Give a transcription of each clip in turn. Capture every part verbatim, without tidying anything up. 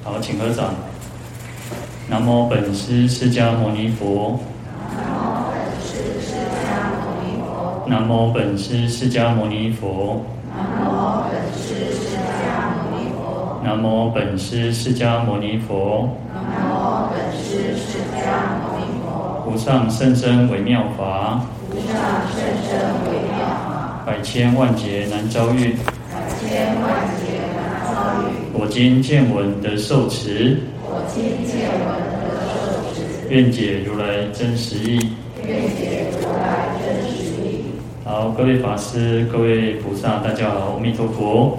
好，请合掌。南无本师释迦牟尼佛。南无本师释迦牟尼佛。南无本师释迦牟尼佛。南无本师释迦牟尼佛。无上甚深微妙法。无上甚深微妙法。百千万劫难遭遇。百千万劫难遭遇。我今见闻得受持。我今见闻得受持。愿解如来真实义。愿解如来真实义。好，各位法师、各位菩萨，大家好，阿弥陀佛。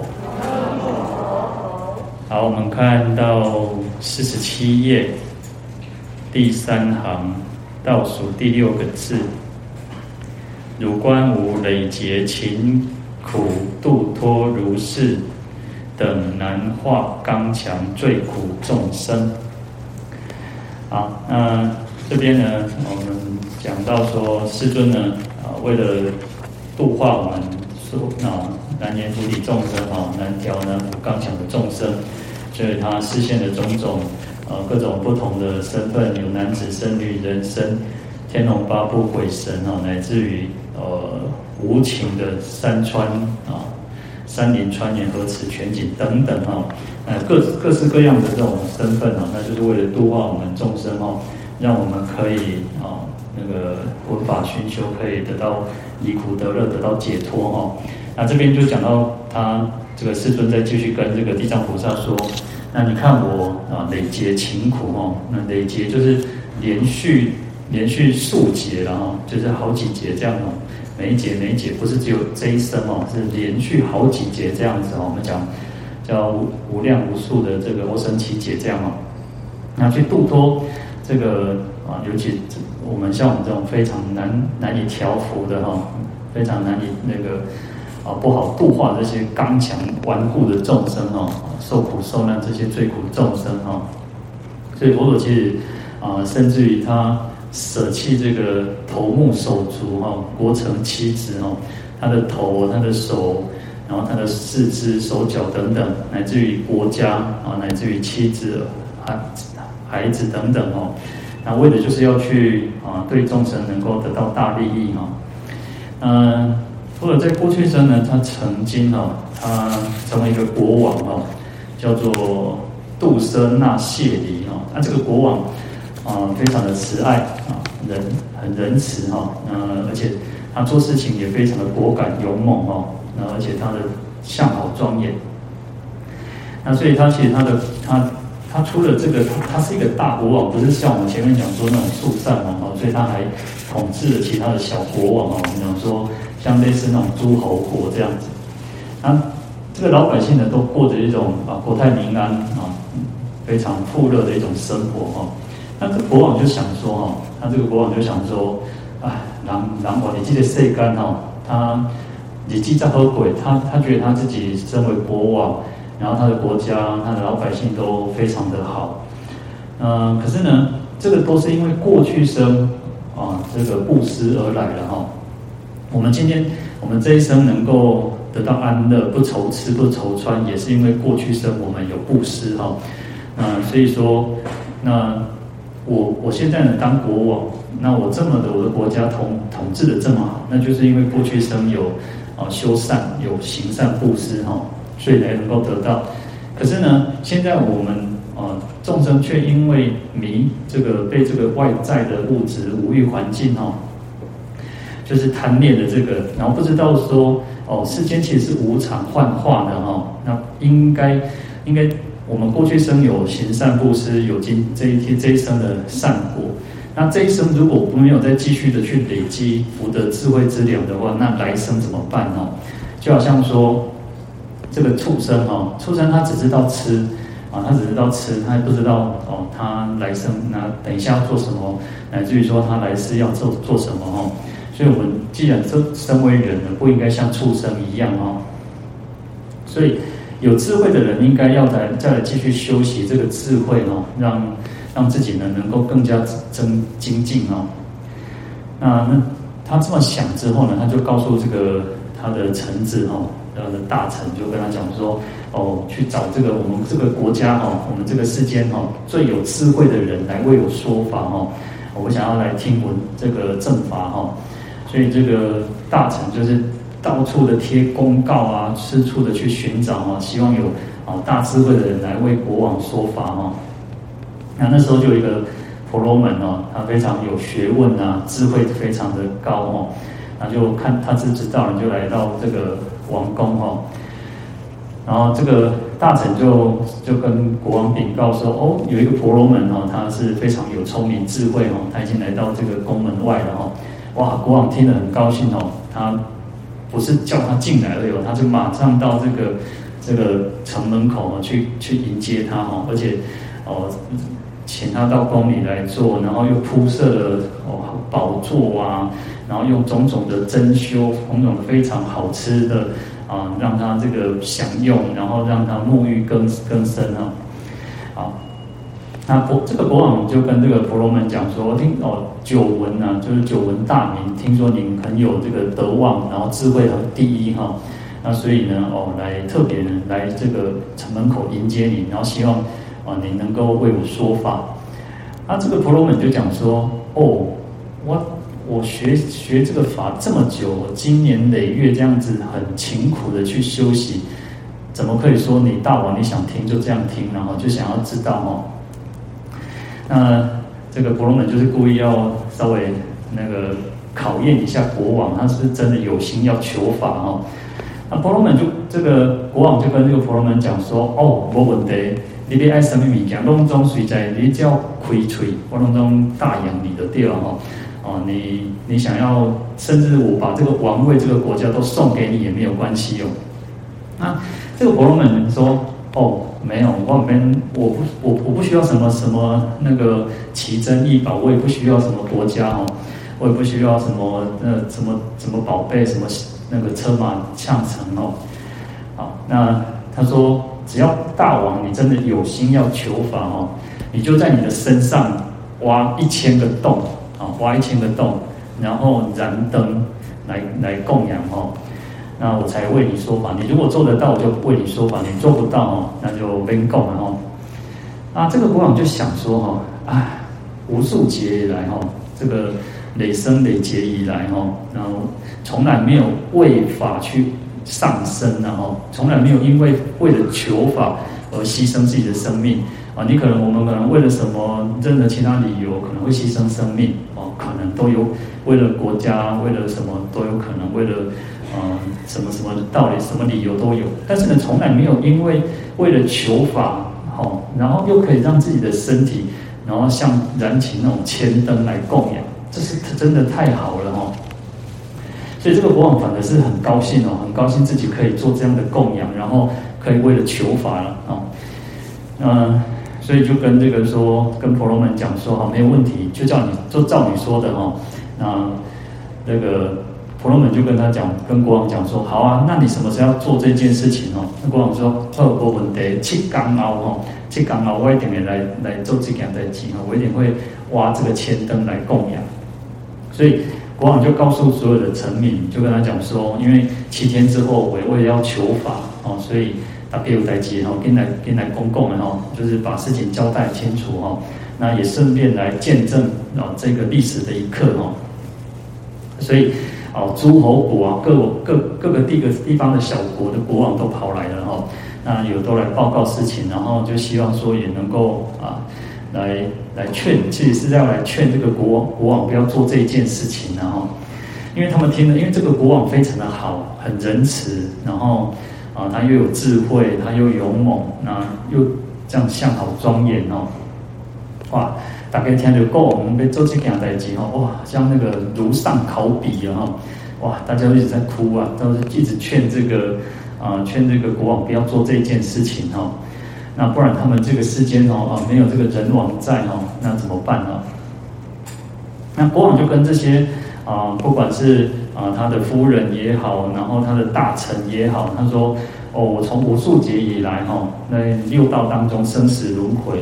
好，我们看到四十七页第三行倒数第六个字：汝观无累劫勤苦度脱如是，等难化刚强最苦众生。好，那这边呢，我们讲到说，世尊呢，啊，为了度化我们说啊难言诸体众生啊，难调难服刚强的众生。所以他示现的种种，呃，各种不同的身份，有男子身、女人身、天龙八部鬼神啊，乃至于呃无情的山川啊、山林川岩河池泉井等等啊，呃各各式各样的这种身份啊，那就是为了度化我们众生哦，让我们可以啊那个闻法熏修，可以得到离苦得乐，得到解脱哦。那这边就讲到他。这个世尊在继续跟这个地藏菩萨说：“那你看我啊，累劫勤苦哦，那累劫就是连续连续数劫了哈，就是好几劫这样哦，每一劫每一劫不是只有这一生哦，是连续好几劫这样子哦。我们讲叫无量无数的这个欧生七劫这样哦，那去度脱这个啊，尤其我们像我们这种非常难难以调伏的哈，非常难以那个。”啊，不好度化这些刚强顽固的众生哦，受苦受难这些最苦众生哦，所以佛陀其实啊，甚至于他舍弃这个头目手足哦，国城妻子哦，他的头、他的手，然后他的四肢、手脚等等，乃至于国家啊，乃至于妻子、孩孩子等等哦，那为的就是要去啊，对众生能够得到大利益哈，嗯。或者在过去生呢，他曾经哦，他成为一个国王哦，叫做杜奢那谢离哦。那这个国王啊、呃，非常的慈爱啊，仁很仁慈哈，呃，而且他做事情也非常的果敢勇猛哦，那而且他的相好庄严。那所以他其实他的他他除了这个，他是一个大国王，不是像我们前面讲说那种速善哦，所以他还统治了其他的小国王哦，我们讲说。像类似那种诸侯国这样子，啊，这个老百姓呢都过着一种啊国泰民安啊，非常富乐的一种生活哈。那这国王就想说哈，他这个国王就想说，哎，狼狼王你这个世间哈，他你记在何鬼？他他觉得他自己身为国王，然后他的国家、他的老百姓都非常的好，嗯、呃，可是呢，这个都是因为过去生啊这个布施而来的哈。我们今天，我们这一生能够得到安乐，不愁吃不愁穿，也是因为过去生我们有布施哈。那所以说，那我我现在呢当国王，那我这么的我的国家统统治的这么好，那就是因为过去生有啊修善，有行善布施哈，所以才能够得到。可是呢，现在我们啊众生却因为迷这个被这个外在的物质五欲环境哈。就是贪恋的这个，然后不知道说哦，世间其实是无常幻化的哈、哦。那应该应该我们过去生有行善布施，有今这一天这一生的善果。那这一生如果没有再继续的去累积福德智慧之粮的话，那来生怎么办呢、哦？就好像说这个畜生哦，畜生他只知道吃啊，他只知道吃，他不知道哦，他来生那等一下要做什么，乃至于说他来世要做做什么哦。所以我们既然这身为人呢，不应该像畜生一样哦。所以有智慧的人应该要来再来继续修习这个智慧哦，让让自己呢能够更加增精进哦。那那他这么想之后呢，他就告诉这个他的臣子哦，他的大臣就跟他讲说： 哦去找这个我们这个国家哈、哦，我们这个世间哈、哦、最有智慧的人来为我说法哈、哦，我想要来听闻这个正法哈、哦，所以这个大臣就是到处的贴公告啊，四处的去寻找啊，希望有啊大智慧的人来为国王说法哈。那那时候就有一个婆罗门哦，他非常有学问啊，智慧非常的高哦，那就看他是知道人就来到这个王宫哦，然后这个大臣就就跟国王禀告说，哦，有一个婆罗门哦，他是非常有聪明智慧哦，他已经来到这个宫门外了哦。哇，国王听了很高兴哦，他不是叫他进来而已，他就马上到这个这个城门口哦去去迎接他哦，而且哦请他到宫里来坐，然后又铺设了哦宝座啊，然后用种种的珍馐，种种非常好吃的啊，让他这个享用，然后让他沐浴更更深啊。好，那国这个国王就跟这个婆罗门讲说，听哦久闻啊，就是久闻大名，听说您很有这个德望，然后智慧很第一哈，那所以呢哦来特别呢来这个城门口迎接你，然后希望啊你能够为我说法。那这个婆罗门就讲说，哦我我学学这个法这么久，经年累月这样子很勤苦的去修习，怎么可以说你大王你想听就这样听，然后就想要知道哦？那这个婆罗门就是故意要稍微那个考验一下国王，他是真的有心要求法哦。那婆罗门就这个国王就跟这个婆罗门讲说，哦，没问题，你别爱什么物件，拢总随在你只要开嘴，我拢总答应你的对了哈。哦，你你想要，甚至我把这个王位、这个国家都送给你也没有关系哦。那这个婆罗门说，哦，没有，我们我不我我不需要什么什么那个奇珍异宝，我也不需要什么国家哦，我也不需要什么呃什么什么宝贝，什么那个车马象城哦。好，那他说，只要大王你真的有心要求法哦，你就在你的身上挖一千个洞。啊，挖一千个洞，然后燃灯来来供养哦，那我才为你说法。你如果做得到，我就为你说法；你做不到哦，那就别供了哦。啊，这个国王就想说哈，啊，无数劫以来哈，这个累生累劫以来哈，然后从来没有为法去上升，然后从来没有因为为了求法而牺牲自己的生命。啊，你可能我们可能为了什么任何其他理由可能会牺牲生命哦，可能都有为了国家，为了什么都有可能，为了呃什么什么道理，什么理由都有。但是呢，从来没有因为为了求法哦，然后又可以让自己的身体，然后像燃起那种千灯来供养，这是真的太好了哦。所以这个国王反而是很高兴哦，很高兴自己可以做这样的供养，然后可以为了求法了哦，嗯。所以就跟这个说，跟婆罗门讲说，哈，没有问题，就叫你，就照你说的哈。那那个婆罗门就跟他讲，跟国王讲说，好啊，那你什么时候要做这件事情哦？那国王说，二国问题，七天后哈，七天后我一定会来来做这件代志哈，我一定会挖这个千灯来供养。所以国王就告诉所有的臣民，就跟他讲说，因为七天之后我我也要求法哦，所以。大家有代志哈，跟来跟来公共的哈，就是把事情交代清楚哈。那也顺便来见证啊这个历史的一刻哈。所以哦，诸侯国啊，各各各个地个地方的小国的国王都跑来了哈。那有都来报告事情，然后就希望说也能够啊来来劝，其实是要来劝这个国王国王不要做这一件事情然后，因为他们听了，因为这个国王非常的好，很仁慈，然后。啊，他又有智慧，他又勇猛，那又这样相好庄严哦，哇！大家听着讲，我们被做这件代志哦，哇，像那个如上考比啊，哇，大家都一直在哭啊，都是一直劝这个啊，劝这个国王不要做这件事情哦，那不然他们这个世间哦啊，没有这个人王在哦，那怎么办呢？那国王就跟这些啊，不管是啊，他的夫人也好，然后他的大臣也好，他说：“哦，我从无数劫以来哈，在六道当中生死轮回，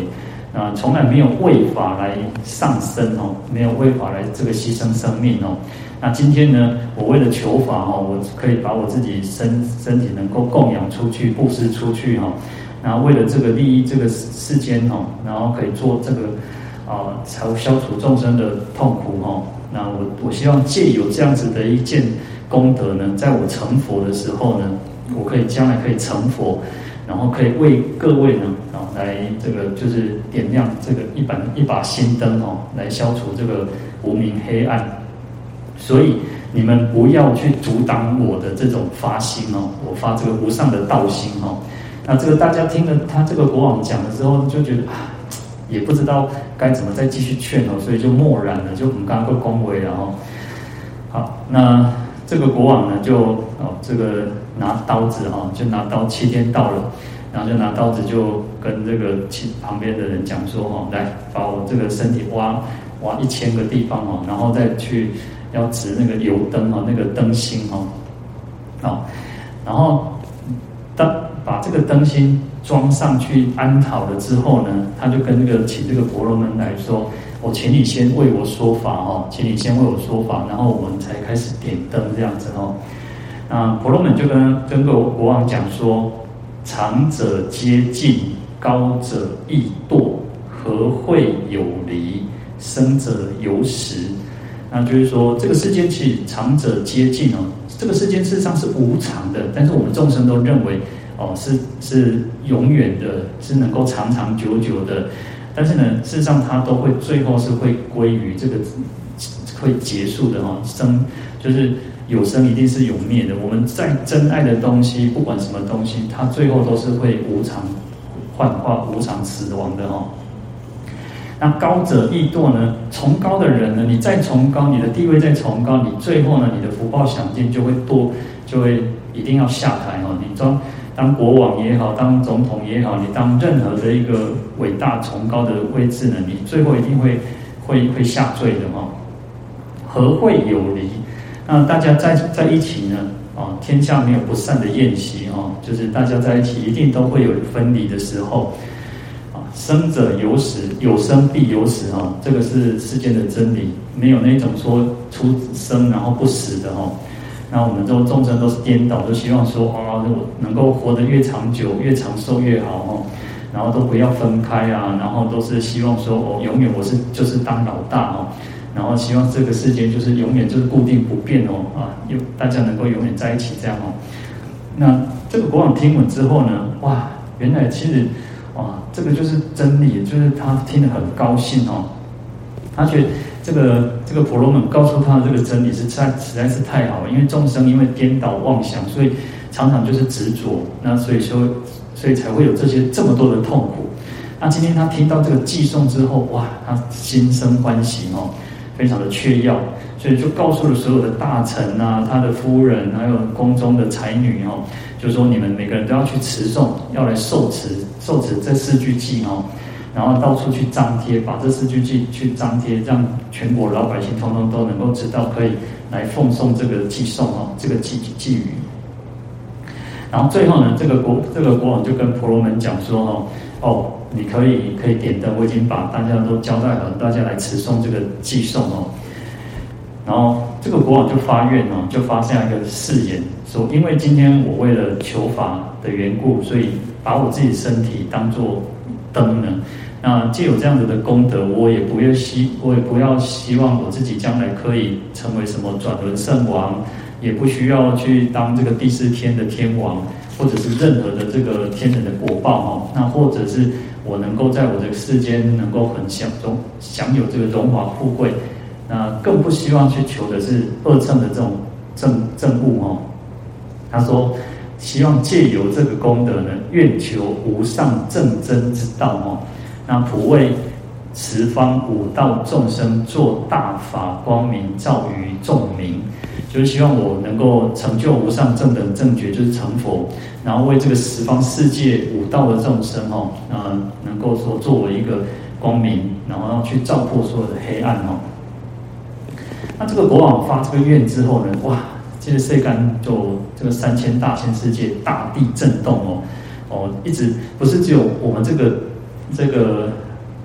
啊，从来没有为法来上升哦，没有为法来这个牺牲生命哦。那今天呢，我为了求法哦，我可以把我自己身身体能够供养出去、布施出去哈、哦，然后为了这个利益这个世间哦，然后可以做这个啊，消消除众生的痛苦哈、哦。那我我希望借有这样子的一件功德呢，在我成佛的时候呢，我可以将来可以成佛。然后可以为各位呢，啊，来这个就是点亮这个一把一把心灯哦，来消除这个无明黑暗。所以你们不要去阻挡我的这种发心哦，我发这个无上的道心哦。那这个大家听了他这个国王讲的时候，就觉得啊，也不知道该怎么再继续劝哦，所以就默然了，就我们刚刚会恭维了哦。好，那这个国王呢，就哦这个。拿刀子哈，就拿刀，七天到了，然后就拿刀子就跟这个旁边的人讲说哈，来把我这个身体挖挖一千个地方哈，然后再去要指那个油灯哈，那个灯芯哈，好，然后当把这个灯芯装上去安好了之后呢，他就跟这个请这个婆罗门来说，我请你先为我说法哈，请你先为我说法，然后我们才开始点灯这样子哦。那婆罗门就跟跟个国王讲说：长者皆近，高者易堕，和会有离，生者有始。那就是说，这个世间其实长者皆近哦，这个世间事实上是无常的，但是我们众生都认为哦是是永远的，是能够长长久久的。但是呢，事实上它都会最后是会归于这个会结束的哈、哦，生就是。有生一定是有灭的，我们再真爱的东西，不管什么东西，它最后都是会无常幻化、无常死亡的哦。那高者易堕呢？崇高的人呢，你再崇高，你的地位再崇高，你最后呢，你的福报享尽就会多，就会一定要下台哦。你当当国王也好，当总统也好，你当任何的一个伟大崇高的位置呢，你最后一定会会会下坠的哈、哦。和会有离？那大家在在一起呢，啊，天下没有不散的宴席哦，就是大家在一起一定都会有分离的时候，啊，生者有死，有生必有死哈，这个是世间的真理，没有那种说出生然后不死的哈。那我们这种众生都是颠倒，都希望说啊，我能够活得越长久、越长寿越好哦，然后都不要分开啊，然后都是希望说哦，永远我是就是当老大哦。然后希望这个世界就是永远就是固定不变哦啊，有大家能够永远在一起这样哦。那这个国王听闻之后呢，哇，原来其实哇，这个就是真理，就是他听得很高兴哦。他觉得这个这个婆罗门告诉他的这个真理是太实在是太好了，因为众生因为颠倒妄想，所以常常就是执着，那所以说所以才会有这些这么多的痛苦。那今天他听到这个偈颂之后，哇，他心生欢喜哦。非常的缺药，所以就告诉了所有的大臣啊，他的夫人，还有宫中的才女哦，就说你们每个人都要去持诵，要来受持受持这四句偈哦，然后到处去张贴，把这四句偈去张贴，让全国老百姓通通都能够知道，可以来奉诵这个偈颂哦，这个偈偈语。然后最后呢，这个国这个国王就跟婆罗门讲说哦，哦。你可以可以点灯，我已经把大家都交代好，大家来持诵这个偈颂哦。然后这个国王就发愿哦，就发下一个誓言，说因为今天我为了求法的缘故，所以把我自己身体当作灯呢。那既有这样子的功德，我也不要希，我也不要希望我自己将来可以成为什么转轮圣王，也不需要去当这个第四天的天王，或者是任何的这个天人的果报哈。那或者是我能够在我这个世间能够很享中享有这个荣华富贵，那更不希望去求的是恶乘的这种正正物哦。他说，希望借由这个功德呢，愿求无上正真之道哦，那普为十方五道众生做大法光明，照于众民。就是希望我能够成就无上正等正觉，就是成佛，然后为这个十方世界五道的众生哦，呃，能够说作为一个光明，然后去照破所有的黑暗哦。那这个国王发这个愿之后呢，哇，这个世间就这个三千大千世界大地震动哦，哦，一直不是只有我们这个这个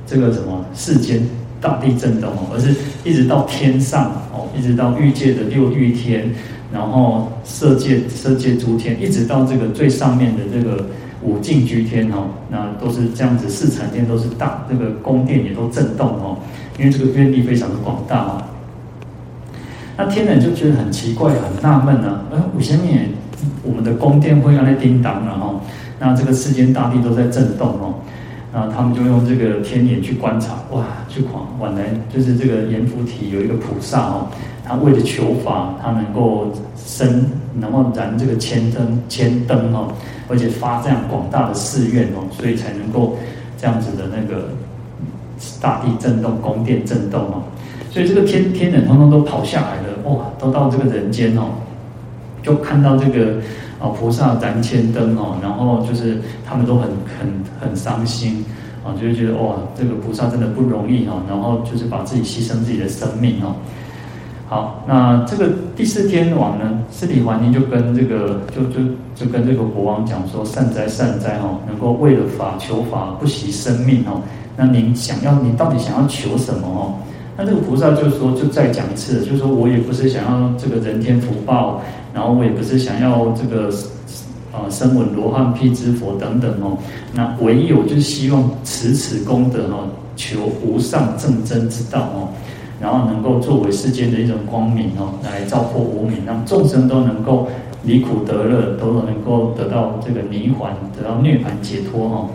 这个什么世间大地震动哦，而是一直到天上哦，一直到欲界的六欲天，然后色界色界诸天，一直到这个最上面的这个五净居天哦，那都是这样子，四禅天都是大，这个宫殿也都震动哦，因为这个愿力非常的广大哦。那天人就觉得很奇怪，很纳闷啊，呃，为什么我们的宫殿会让它叮当了哈？那这个世间大地都在震动哦，那他们就用这个天眼去观察，哇，去狂，晚来就是这个阎浮提有一个菩萨哦，他为了求法，他能够生，能够燃这个千灯千灯哦，而且发这样广大的誓愿哦，所以才能够这样子的那个大地震动，宫殿震动哦。所以这个天天人通通都跑下来了，哇，都到这个人间哦，就看到这个哦菩萨燃千灯哦，然后就是他们都很很很伤心啊，就会觉得哇，这个菩萨真的不容易哦，然后就是把自己牺牲自己的生命哦。好，那这个第四天王呢，释提桓尼就跟这个就就就跟这个国王讲说，善哉善哉哦，能够为了法求法，不惜生命哦。那您想要，你到底想要求什么哦？那这个菩萨就说，就再讲一次，就说我也不是想要这个人天福报，然后我也不是想要这个啊声闻罗汉辟支佛等等哦，那唯有就是希望持此功德哦，求无上正真之道哦，然后能够作为世间的一种光明哦，来照破无明，让众生都能够离苦得乐，都能够得到这个涅槃，得到涅槃解脱哦。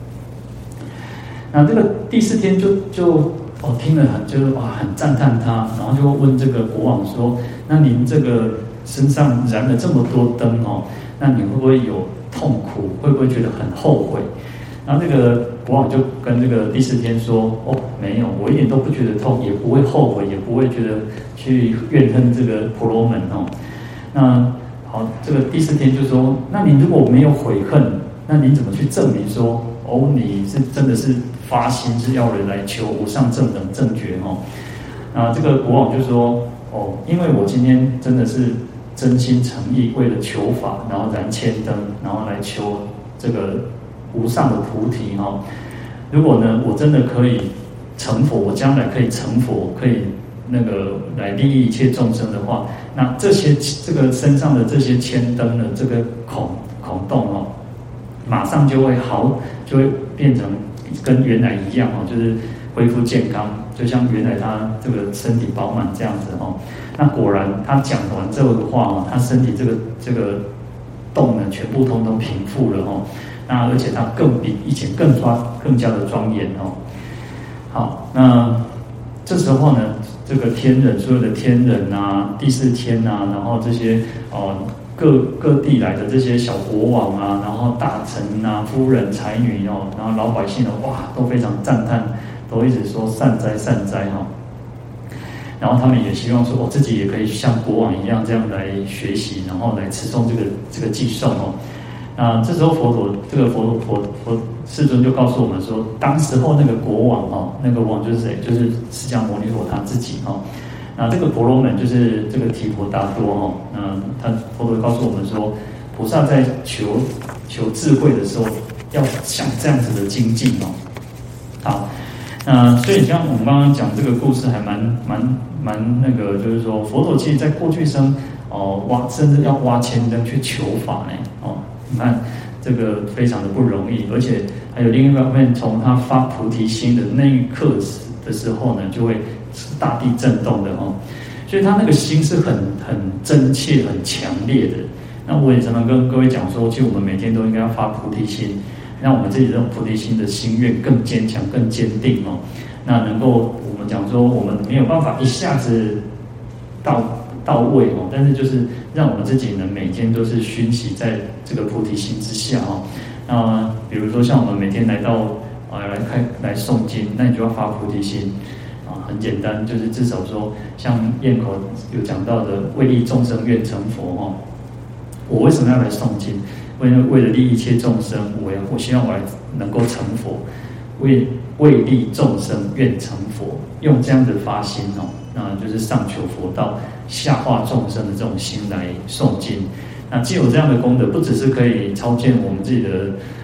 那这个第四天就就。哦，听了很就是哇，很赞叹他，然后就问这个国王说：“那您这个身上燃了这么多灯哦，那你会不会有痛苦？会不会觉得很后悔？”然后这个国王就跟这个第四天说：“哦，没有，我一点都不觉得痛，也不会后悔，也不会觉得去怨恨这个婆罗门哦。”那好，这个第四天就说：“那你如果没有悔恨，那你怎么去证明说哦，你是真的是？”发心是要人来求无上正等正觉哦，那这个国王就说哦，因为我今天真的是真心诚意为了求法，然后燃千灯，然后来求这个无上的菩提哈、哦。如果呢，我真的可以成佛，我将来可以成佛，可以那个来利益一切众生的话，那这些这个身上的这些千灯的这个孔孔洞哦，马上就会好，就会变成。跟原来一样哦，就是恢复健康，就像原来他这个身体饱满这样子哦。那果然他讲完这个话哦，他身体这个这个洞呢，全部通通平复了哦。那而且他更比以前更抓更加的庄严哦。好，那这时候呢，这个天人所有的天人啊，第四天啊，然后这些哦。各各地来的这些小国王啊，然后大臣啊、夫人、才女哦，然后老百姓哦，哇，都非常赞叹，都一直说善哉善哉哈、哦。然后他们也希望说，哦，自己也可以像国王一样这样来学习，然后来持诵这个这个偈颂哦。那这时候佛陀这个佛佛佛世尊就告诉我们说，当时候那个国王哦，那个王就是谁？就是释迦牟尼佛他自己哦。那这个婆罗门就是这个提婆达多哦，那他佛陀告诉我们说，菩萨在求求智慧的时候，要像这样子的精进哦。好，那所以像我们刚刚讲这个故事，还蛮蛮蛮那个，就是说佛陀其实在过去生哦挖，甚至要挖千灯去求法呢哦，你看这个非常的不容易，而且还有另一方面，从他发菩提心的那一刻的时候呢，就会。大地震动的哦，所以他那个心是很很真切、很强烈的。那我也常常跟各位讲说，其实我们每天都应该要发菩提心，让我们自己这种菩提心的心愿更坚强、更坚定哦。那能够我们讲说，我们没有办法一下子到到位哦，但是就是让我们自己呢，每天都是熏习在这个菩提心之下哦。那比如说像我们每天来到啊来开来诵经，那你就要发菩提心。很简单，就是至少说，像堰口有讲到的，为利众生愿成佛哦。我为什么要来诵经？为了为了利益一切众生，我要我希望我来能够成佛，为为利众生愿成佛，用这样的发心哦，那就是上求佛道，下化众生的这种心来诵经。那既有这样的功德，不只是可以超荐我们自己的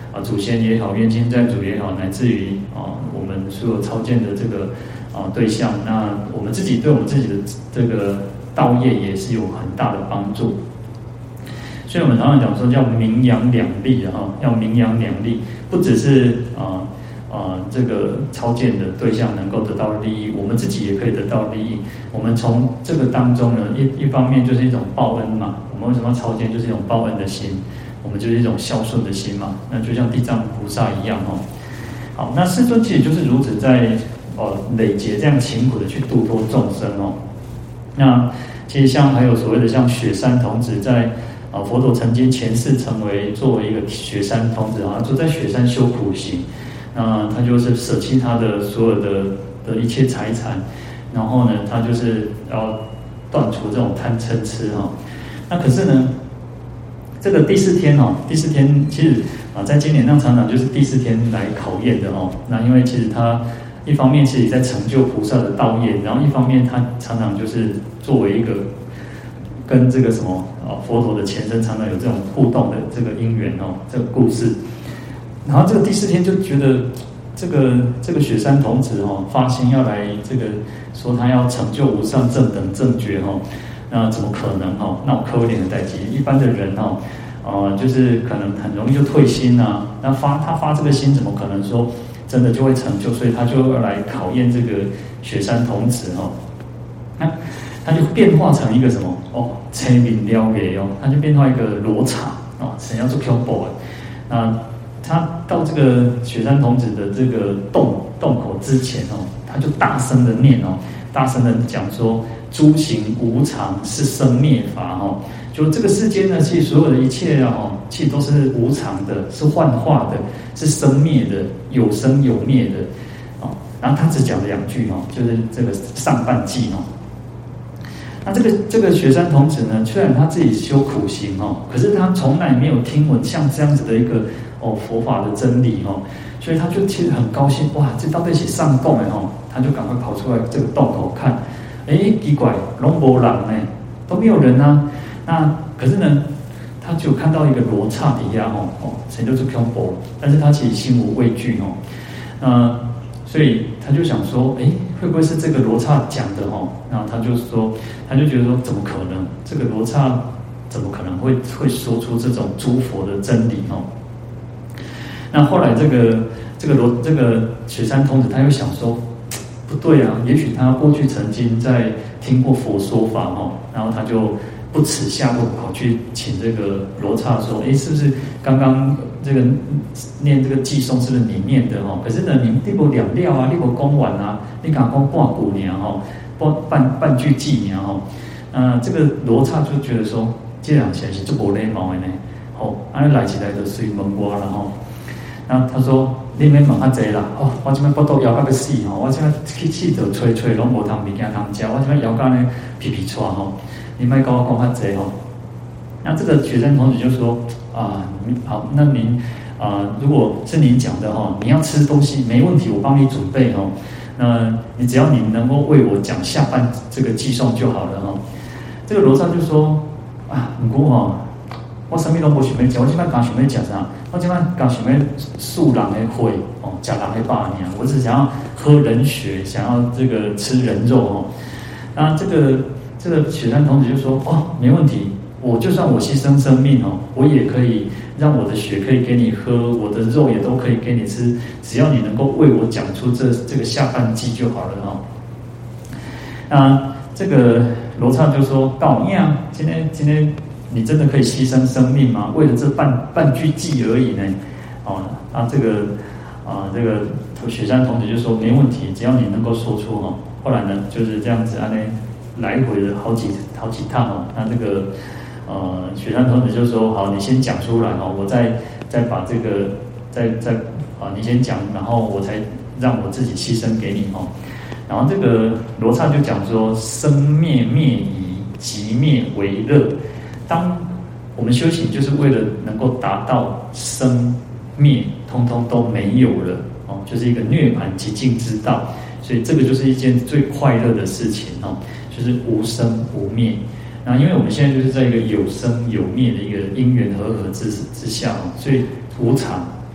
啊祖先也好，冤亲债主也好，乃至于啊我们所有超荐的这个啊对象，那我们自己对我们自己的这个道业也是有很大的帮助。所以我们常常讲说叫名扬两利的哈，要名扬两利，不只是啊啊这个超荐的对象能够得到利益，我们自己也可以得到利益。我们从这个当中呢，一一方面就是一种报恩嘛，我们为什么要超荐，就是一种报恩的心，我们就是一种孝顺的心嘛。那就像地藏菩萨一样哦。好，那世尊其实就是如此在呃累劫这样勤苦的去度脱众生哦。那其实像还有所谓的像雪山童子在。啊，佛陀曾经前世成为作为一个雪山童子啊，就在雪山修苦行，那他就是舍弃他的所有的的一切财产，然后呢，他就是要断除这种贪嗔痴哈。那可是呢，这个第四天哦，第四天其实啊，在经典上常常就是第四天来考验的哦。那因为其实他一方面其实在成就菩萨的道业，然后一方面他常常就是作为一个跟这个什么。佛陀的前身常常有这种互动的这个因缘哦，这个故事。然后这个第四天就觉得这个这个雪山童子哦，发心要来这个说他要成就无上正等正觉哦，那怎么可能哦？那我可怜的代际，一般的人哦，呃，就是可能很容易就退心啊。那发他发这个心，怎么可能说真的就会成就？所以他就要来考验这个雪山童子哦。那他就变化成一个什么哦，青面了给哦，他就变化一个罗刹哦，怎样做恐怖的？那他到这个雪山童子的这个洞洞口之前哦，他就大声的念哦，大声的讲说：诸行无常，是生灭法哦。就这个世间呢，其实所有的一切啊哦，其实都是无常的，是幻化的，是生灭的，有生有灭的哦。然后他只讲了两句哦，就是这个上半句哦。那这个这个雪山童子呢，虽然他自己修苦行哦，可是他从来没有听闻像这样子的一个哦佛法的真理哦，所以他就其实很高兴，哇，这到底是上供的哦，他就赶快跑出来这个洞口看，哎，奇怪，龙波郎呢都没有人啊，那可是呢，他就看到一个罗刹底下哦哦，成就是恐怖，但是他其实心无畏惧哦，呃，所以他就想说，哎，会不会是这个罗刹讲的哦？然后他就说，他就觉得说，怎么可能？这个罗刹怎么可能会会说出这种诸佛的真理哦？那后来这个这个罗这个雪山童子他又想说，不对啊，也许他过去曾经在听过佛说法哦，然后他就不耻下问，跑去请这个罗刹说，哎，是不是刚刚这个念这个偈颂是不是你念的哦？可是呢，你你无两料啊，你无讲完啊，你敢讲半句年哦，半半半句偈年哦，呃，这个罗刹就觉得说，这两件是做无礼貌的呢，哦，安尼来起来就随问我了吼。那他说：“你免问遐济啦，哦，我这边腹肚枵到要死吼，我这边去气就吹吹，拢无通物件通食，我这边枵到呢皮皮喘吼，你莫跟我讲遐济吼。”那这个学生同学就说：“啊，好，那您啊，如果是您讲的哈，你要吃东西没问题，我帮你准备哦。那你只要你能够为我讲下半这个寄送就好了哈。”这个罗刹就说：“啊，不过哈。”我什么都无想要食，我即摆刚想要食啥？我即摆刚想要素人的血哦，食人的肉尔。我只想要喝人血，想要这个吃人肉哦。那这个这个雪山童子就说：“哦，没问题，我就算我牺牲生命哦，我也可以让我的血可以给你喝，我的肉也都可以给你吃，只要你能够为我讲出这这个下半句就好了哦。”那这个罗刹就说：“搞你啊，今天今天。”你真的可以牺牲生命吗？为了这半半句偈而已呢？哦，啊，这个啊，这个雪山童子就说没问题，只要你能够说出哈。后来呢，就是这样子，按呢来回了好几好几趟哦。那这个呃，雪山童子就说好，你先讲出来哦，我再再把这个再再啊，你先讲，然后我才让我自己牺牲给你哦。然后这个罗刹就讲说，生灭灭已，即灭为乐。当我们修行就是为了能够达到生灭通通都没有了哦，就是一个涅槃极尽之道，所以这个就是一件最快乐的事情哦，就是无生无灭。那因为我们现在就是在一个有生有灭的一个因缘和合之之下哦，所以无常，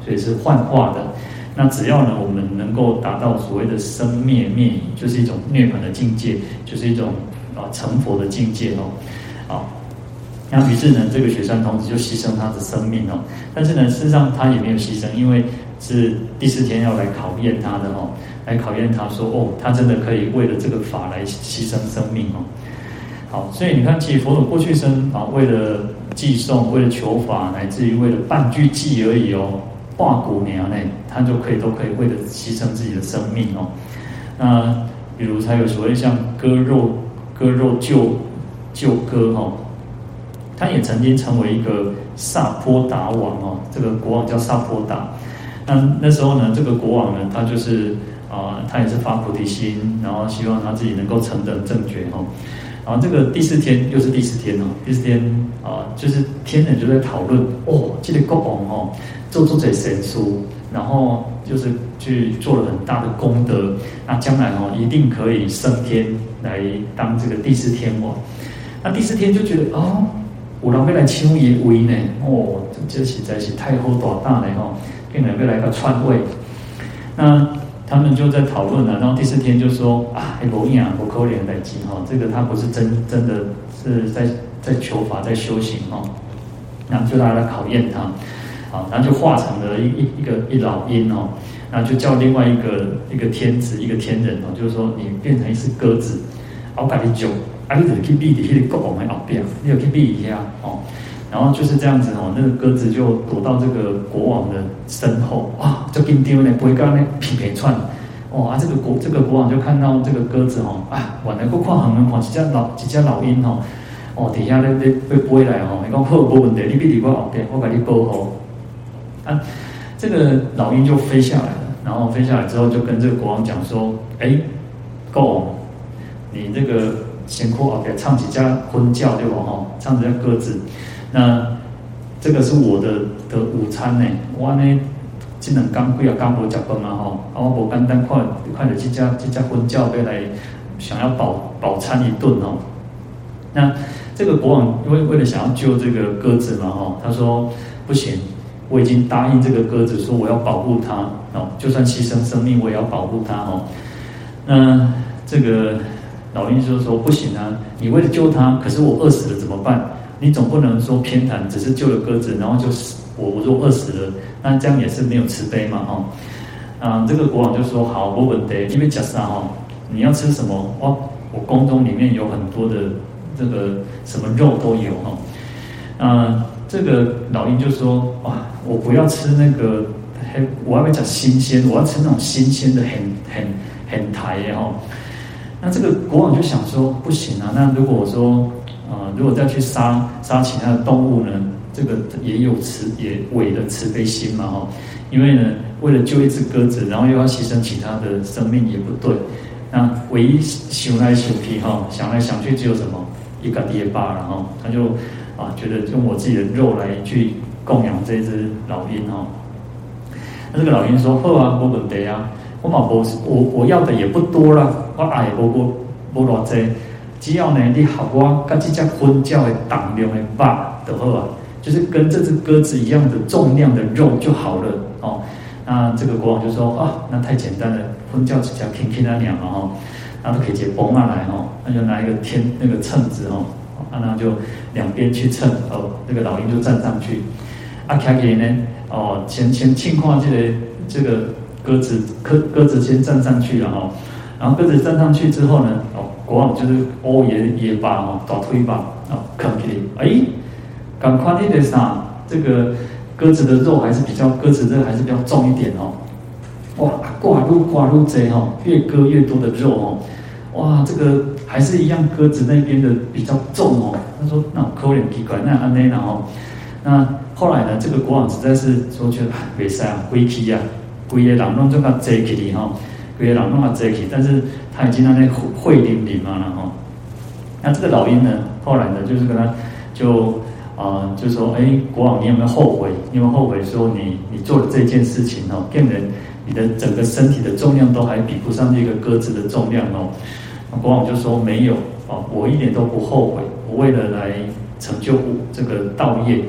所以是幻化的。那只要呢，我们能够达到所谓的生灭灭已，就是一种涅槃的境界，就是一种啊成佛的境界哦。好，那于是呢，这个雪山童子就牺牲他的生命哦。但是呢，事实上他也没有牺牲，因为是第四天要来考验他的哦，来考验他说哦，他真的可以为了这个法来牺牲生命哦。好，所以你看，其实佛陀过去生啊，为了寄送，为了求法，乃至于为了半句偈而已哦。化骨娘呢，他就可以都可以为了牺牲自己的生命哦。那比如才有所谓像割肉割肉救救割哦，他也曾经成为一个萨婆达王哦，这个国王叫萨婆达。那那时候呢，这个国王呢，他就是啊、呃，他也是发菩提心，然后希望他自己能够成等正觉哦。然后这个第四天又是第四天哦，第四天啊、呃，就是天人就在讨论哦，这个国王哦。做做这神书，然后就是去做了很大的功德，那将来哦一定可以升天来当这个第四天王。那第四天就觉得哦，有人要来抢伊位呢，哦，这实在是太好大胆了吼，竟然要来个篡位。那他们就在讨论了，然后第四天就说啊，无影无可怜代志哈，这个他不是真真的是在在求法在修行哈，然后就大家来考验他。啊，然后就化成了一一一个一老鹰哦，然后就叫另外一个一个天子一个天人哦，就是说你变成一只鸽子，我把你救，啊，你就去避伫迄个国王的后边，你就去避一下哦，然后就是这样子哦，那个鸽子就躲到这个国王的身后，哇，就紧张呢，不会跟那皮皮窜，哦啊，这个国这个国王就看到这个鸽子哦，啊，原来我看远远看一只老一只老鹰哦，哦，底下咧咧要飞来哦，伊讲好无问题，你避伫我后边，我把你保护。啊，这个老鹰就飞下来了，然后飞下来之后就跟这个国王讲说：“哎，国王，你这个辛苦后边唱几家婚教对吧？哈，唱几家鸽子，那这个是我的的午餐呢。我呢，这两天几啊天无食饭嘛哈，啊我无简单看看着这家这家婚教要来想要饱饱餐一顿哦。那这个国王因为为了想要救这个鸽子嘛哈，他说不行。”我已经答应这个鸽子说我要保护它哦，就算牺牲生命我也要保护它哦。那这个老鹰就说不行啊，你为了救它，可是我饿死了怎么办？你总不能说偏袒，只是救了鸽子，然后就死我我若饿死了，那这样也是没有慈悲嘛哦。啊，这个国王就说好，没问题，因为假设哈，你要吃什么？哇，我宫中里面有很多的这个什么肉都有哈。啊，这个老鹰就说哇。我不要吃那个，我要讲新鲜，我要吃那种新鲜的很很很台的哈。那这个国王就想说，不行啊，那如果我说，呃，如果再去杀杀其他的动物呢，这个也有慈也违了慈悲心嘛哈。因为呢，为了救一只鸽子，然后又要牺牲其他的生命也不对。那唯一想来想去哈，想来想去只有什么一个跌巴，然后他就啊觉得用我自己的肉来去。供养这只老鹰哦，那这个老鹰说：“好啊，没问题啊，我嘛无我我要的也不多啦，我爱无无无偌济，只要呢你合我跟这只婚教的当量的肉就好啊，就是跟这只鸽子一样的重量的肉就好了哦。”那这个国王就说：“啊，那太简单了，婚教只叫轻轻那两嘛哈，然后就可以直接崩下来哈，那就拿一个天那个秤子哦，啊那就两边去称哦，那个老鹰就站上去。”啊，开起呢，哦，先先轻看这个这个鸽子，鸽鸽子先站上去了哈，然后鸽子站上去之后呢，哦，国王就是哦也也把哦大腿把哦啃起来，哎，赶快那个啥，这个鸽子的肉还是比较鸽子肉还是比较重一点哦，哇，挂入挂入这哈，越割越多的肉哦，哇，这个还是一样鸽子那边的比较重哦，他说那可怜奇怪，那安内然后那。后来呢，这个国王实在是说觉得没使啊，规矩啊，规个人弄这个坐起哩哈，规个人弄啊坐起，但是他已经在那会淋淋嘛了哈。那这个老鹰呢，后来呢，就是跟他就啊、呃，就说，哎，国王，你有没有后悔？你有没有后悔说你你做了这件事情哦，变人你的整个身体的重量都还比不上这个鸽子的重量哦。国王就说没有哦，我一点都不后悔，我为了来成就这个道业。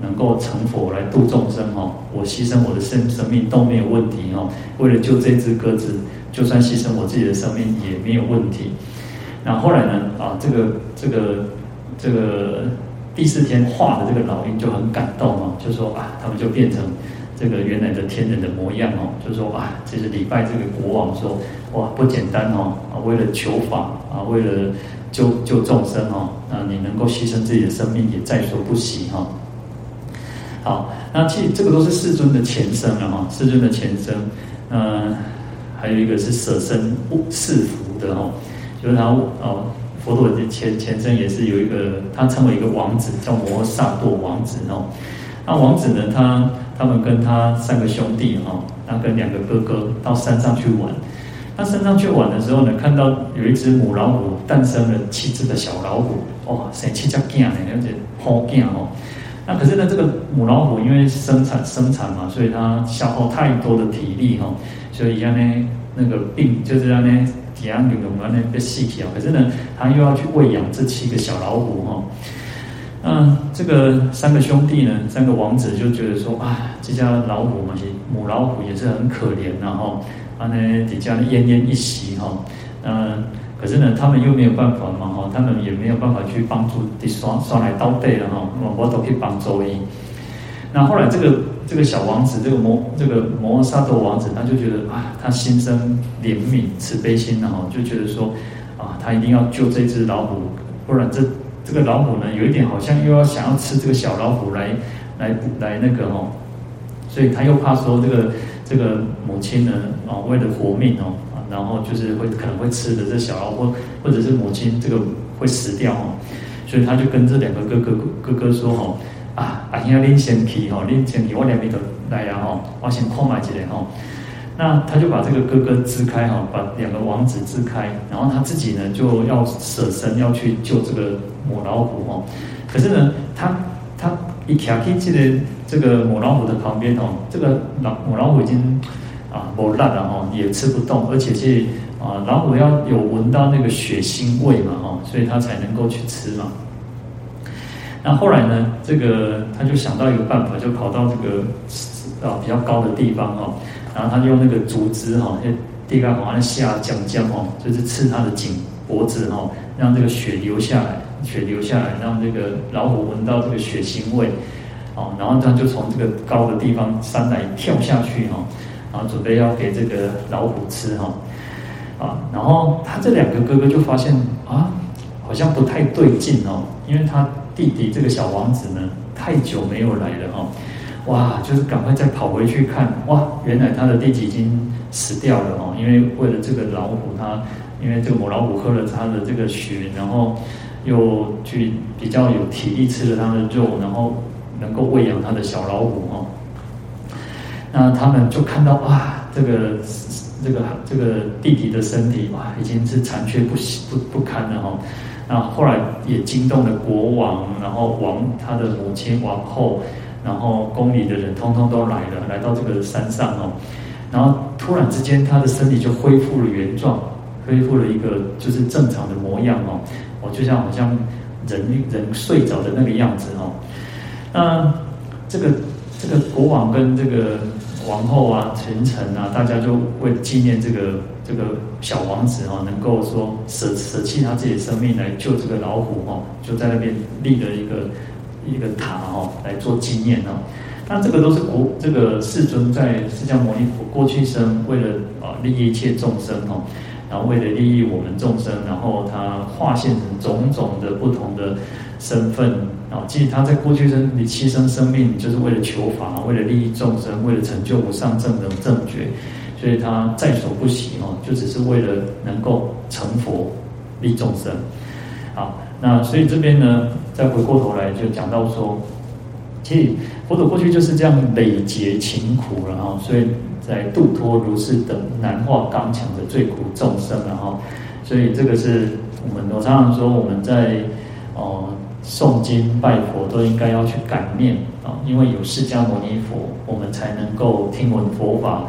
能够成佛来度众生哦，我牺牲我的生生命都没有问题哦。为了救这只鸽子，就算牺牲我自己的生命也没有问题。那后来呢啊，这个这个这个第四天化的这个老鹰就很感动哦，就说啊，他们就变成这个原来的天人的模样哦，就说啊，其实礼拜这个国王说，哇，不简单哦，啊，为了求法啊，为了救救众生哦，那你能够牺牲自己的生命也在所不惜哈。好，那其实这个都是世尊的前身了哈，世尊的前身，呃，还有一个是舍身侍福的哈，就是他哦，佛陀的前前身也是有一个，他称为一个王子，叫摩诃萨埵王子哦。那王子呢，他他们跟他三个兄弟哈，那跟两个哥哥到山上去玩。那山上去玩的时候呢，看到有一只母老虎诞生了七只的小老虎，哇，生七只囝呢，而且好囝哦。那可是呢，这个母老虎因为生产生产嘛，所以它消耗太多的体力哈，所以让呢那个病就是让呢几样有有那被细起啊。可是呢，它又要去喂养这七个小老虎哈。那这个三个兄弟呢，三个王子就觉得说啊，这家老虎嘛，母老虎也是很可怜然后啊呢底下呢奄奄一息哈。嗯，可是呢，他们又没有办法嘛哈，他们也没有办法去帮助第刷刷来刀背了哈，我都可以帮助伊。那后来这个这个小王子，这个摩这个摩诃萨埵王子，他就觉得啊，他心生怜悯慈悲心然后就觉得说啊，他一定要救这只老虎，不然这。这个老虎呢，有一点好像又要想要吃这个小老虎来来来那个哦，所以他又怕说这个这个母亲呢哦，为了活命哦，然后就是会可能会吃的这小老虎，或者是母亲这个会死掉哦，所以他就跟这两个哥哥哥哥说哦，啊，阿兄恁先去哦，恁先去，我两边都来啊吼，我先看卖一下吼。那他就把这个哥哥支开哈，把两个王子支开，然后他自己呢就要舍身要去救这个母老虎哦。可是呢，他他一卡去这个这个母老虎的旁边哦，这个老母老虎已经啊没烂了哈，也吃不动，而且是啊老虎要有闻到那个血腥味嘛哈，所以他才能够去吃嘛。那后来呢，这个他就想到一个办法，就跑到这个啊比较高的地方哈。然后他就用那个竹枝哈，地盖往上下将将哦，就是刺他的颈脖子哈，让这个血流下来，血流下来，让这个老虎闻到这个血腥味，哦，然后他就从这个高的地方山来跳下去哈，然后准备要给这个老虎吃哈，啊，然后他这两个哥哥就发现啊，好像不太对劲哦，因为他弟弟这个小王子呢，太久没有来了哈。哇，就是赶快再跑回去看，哇，原来他的弟弟已经死掉了哦，因为为了这个老虎，他因为这个母老虎喝了他的这个血，然后又去比较有体力吃了他的肉，然后能够喂养他的小老虎哦。那他们就看到哇，这个这个这个弟弟的身体哇，已经是残缺不不不堪了哦。那后来也惊动了国王，然后王他的母亲王后。然后宫里的人通通都来了，来到这个山上哦，然后突然之间他的身体就恢复了原状，恢复了一个就是正常的模样哦，哦就像好像人人睡着的那个样子哦。那这个这个国王跟这个王后啊、群臣啊，大家就为纪念这个这个小王子哦，能够说舍舍弃他自己的生命来救这个老虎哦，就在那边立了一个。一个塔哦，来做纪念哦。那这个都是国这个世尊在释迦牟尼佛过去生为了啊利益一切众生哦，然后为了利益我们众生，然后他化现成种种的不同的身份啊。即他在过去生你牺牲生命，就是为了求法，为了利益众生，为了成就无上正等正觉，所以他在所不惜哦，就只是为了能够成佛利众生。好，那所以这边呢。再回过头来就讲到说，其实佛陀过去就是这样累劫勤苦了哈，所以在度脱如是等难化刚强的最苦众生了哈，所以这个是我们我常常说我们在哦、呃、诵经拜佛都应该要去感念啊，因为有释迦牟尼佛，我们才能够听闻佛法，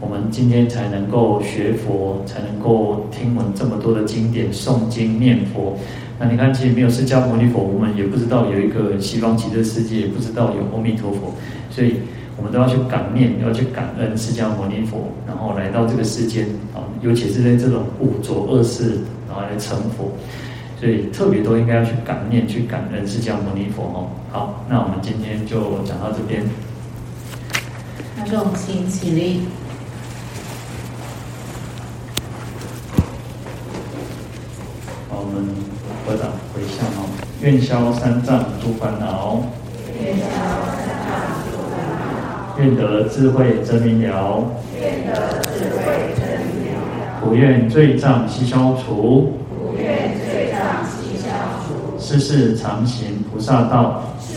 我们今天才能够学佛，才能够听闻这么多的经典、诵经、念佛。那你看，其实没有释迦牟尼佛，我们也不知道有一个西方极乐世界，也不知道有阿弥陀佛，所以我们都要去感念，要去感恩释迦牟尼佛，然后来到这个世间啊，尤其是在这种五浊恶世，然后来成佛，所以特别都应该要去感念、去感恩释迦牟尼佛哦。好，那我们今天就讲到这边。 那众请起立。 好，我们合掌回向哦。愿消三障诸烦恼， 愿消三障诸烦恼， 愿得智慧真明了， 愿得智慧真明了。 普愿罪障悉消除， 普愿罪障悉消除。 世世常行菩萨道， 世